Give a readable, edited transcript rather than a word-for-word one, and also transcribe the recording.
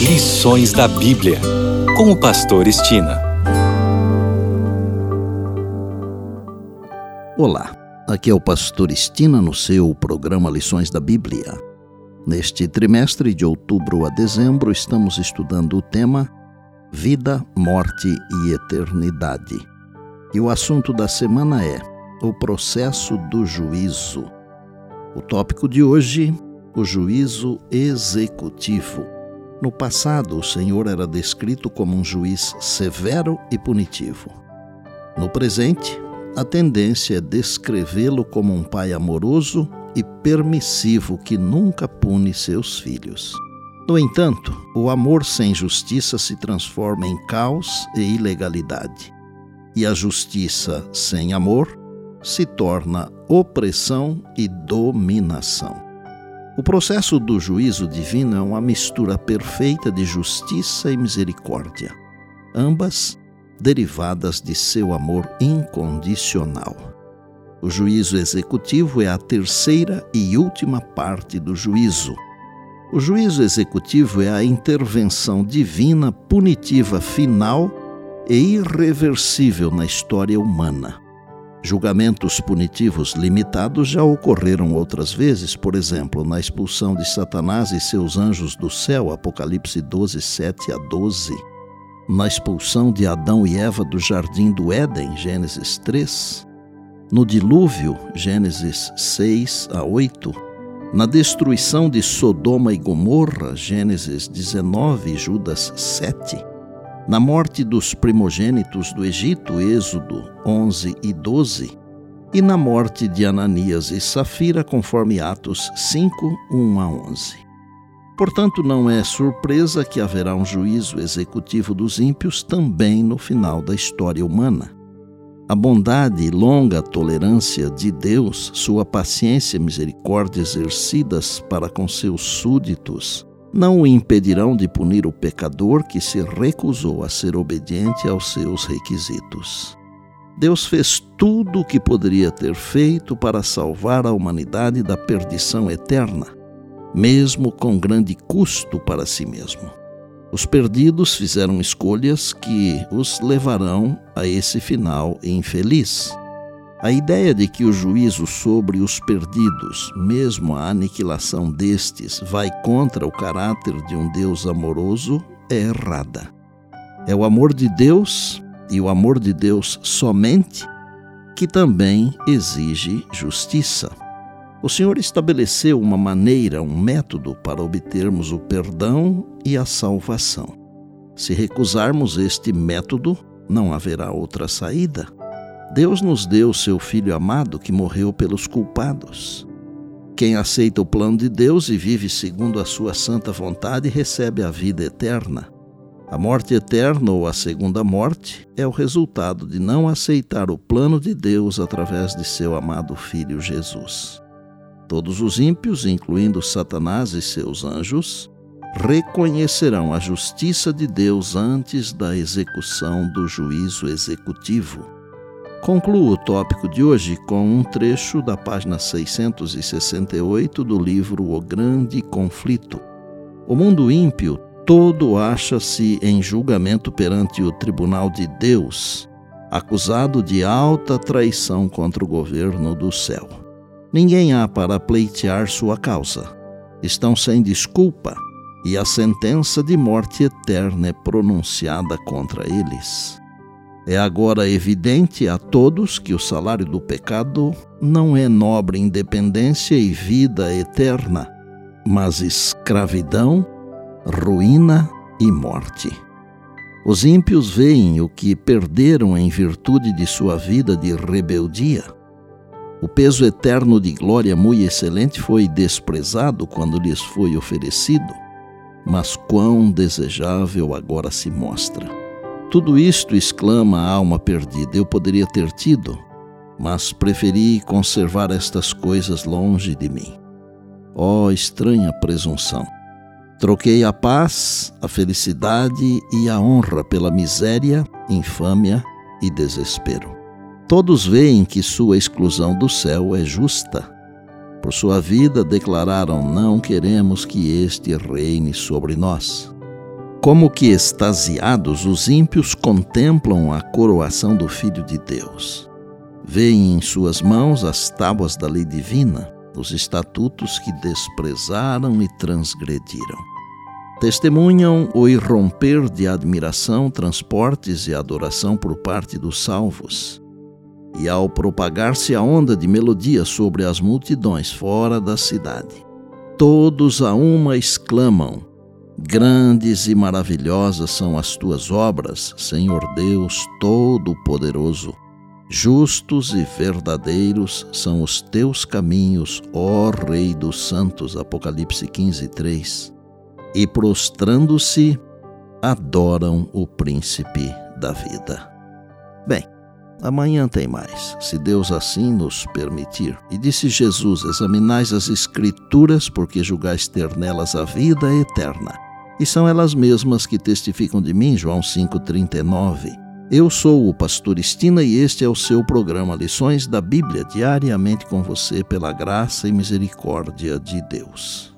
Lições da Bíblia, com o pastor Estina. Olá, aqui é o pastor Estina no seu programa Lições da Bíblia. Neste trimestre de outubro a dezembro, estamos estudando o tema Vida, Morte e Eternidade. E o assunto da semana é o processo do juízo. O tópico de hoje, o juízo executivo. No passado, o Senhor era descrito como um juiz severo e punitivo. No presente, a tendência é descrevê-lo como um pai amoroso e permissivo que nunca pune seus filhos. No entanto, o amor sem justiça se transforma em caos e ilegalidade. E a justiça sem amor se torna opressão e dominação. O processo do juízo divino é uma mistura perfeita de justiça e misericórdia, ambas derivadas de seu amor incondicional. O juízo executivo é a terceira e última parte do juízo. O juízo executivo é a intervenção divina punitiva final e irreversível na história humana. Julgamentos punitivos limitados já ocorreram outras vezes, por exemplo, na expulsão de Satanás e seus anjos do céu, Apocalipse 12, 7 a 12. Na expulsão de Adão e Eva do jardim do Éden, Gênesis 3. No dilúvio, Gênesis 6 a 8. Na destruição de Sodoma e Gomorra, Gênesis 19 e Judas 7. Na morte dos primogênitos do Egito, Êxodo 11 e 12, e na morte de Ananias e Safira, conforme Atos 5, 1 a 11. Portanto, não é surpresa que haverá um juízo executivo dos ímpios também no final da história humana. A bondade e longa tolerância de Deus, sua paciência e misericórdia exercidas para com seus súditos, não o impedirão de punir o pecador que se recusou a ser obediente aos seus requisitos. Deus fez tudo o que poderia ter feito para salvar a humanidade da perdição eterna, mesmo com grande custo para si mesmo. Os perdidos fizeram escolhas que os levarão a esse final infeliz. A ideia de que o juízo sobre os perdidos, mesmo a aniquilação destes, vai contra o caráter de um Deus amoroso é errada. É o amor de Deus, e o amor de Deus somente, que também exige justiça. O Senhor estabeleceu uma maneira, um método para obtermos o perdão e a salvação. Se recusarmos este método, não haverá outra saída. Deus nos deu seu Filho amado que morreu pelos culpados. Quem aceita o plano de Deus e vive segundo a sua santa vontade recebe a vida eterna. A morte eterna ou a segunda morte é o resultado de não aceitar o plano de Deus através de seu amado Filho Jesus. Todos os ímpios, incluindo Satanás e seus anjos, reconhecerão a justiça de Deus antes da execução do juízo executivo. Concluo o tópico de hoje com um trecho da página 668 do livro O Grande Conflito. O mundo ímpio todo acha-se em julgamento perante o tribunal de Deus, acusado de alta traição contra o governo do céu. Ninguém há para pleitear sua causa. Estão sem desculpa e a sentença de morte eterna é pronunciada contra eles. É agora evidente a todos que o salário do pecado não é nobre independência e vida eterna, mas escravidão, ruína e morte. Os ímpios veem o que perderam em virtude de sua vida de rebeldia. O peso eterno de glória muito excelente foi desprezado quando lhes foi oferecido, mas quão desejável agora se mostra. Tudo isto, exclama a alma perdida, eu poderia ter tido, mas preferi conservar estas coisas longe de mim. Ó estranha presunção! Troquei a paz, a felicidade e a honra pela miséria, infâmia e desespero. Todos veem que sua exclusão do céu é justa. Por sua vida declararam: não queremos que este reine sobre nós. Como que extasiados, os ímpios contemplam a coroação do Filho de Deus. Veem em suas mãos as tábuas da lei divina, os estatutos que desprezaram e transgrediram. Testemunham o irromper de admiração, transportes e adoração por parte dos salvos. E ao propagar-se a onda de melodia sobre as multidões fora da cidade, todos a uma exclamam: grandes e maravilhosas são as tuas obras, Senhor Deus Todo-Poderoso. Justos e verdadeiros são os teus caminhos, ó Rei dos Santos. Apocalipse 15:3. E prostrando-se, adoram o Príncipe da vida. Bem, amanhã tem mais, se Deus assim nos permitir. E disse Jesus: examinais as Escrituras, porque julgais ter nelas a vida eterna. E são elas mesmas que testificam de mim. João 5:39. Eu sou o pastor Estina e este é o seu programa Lições da Bíblia, diariamente com você pela graça e misericórdia de Deus.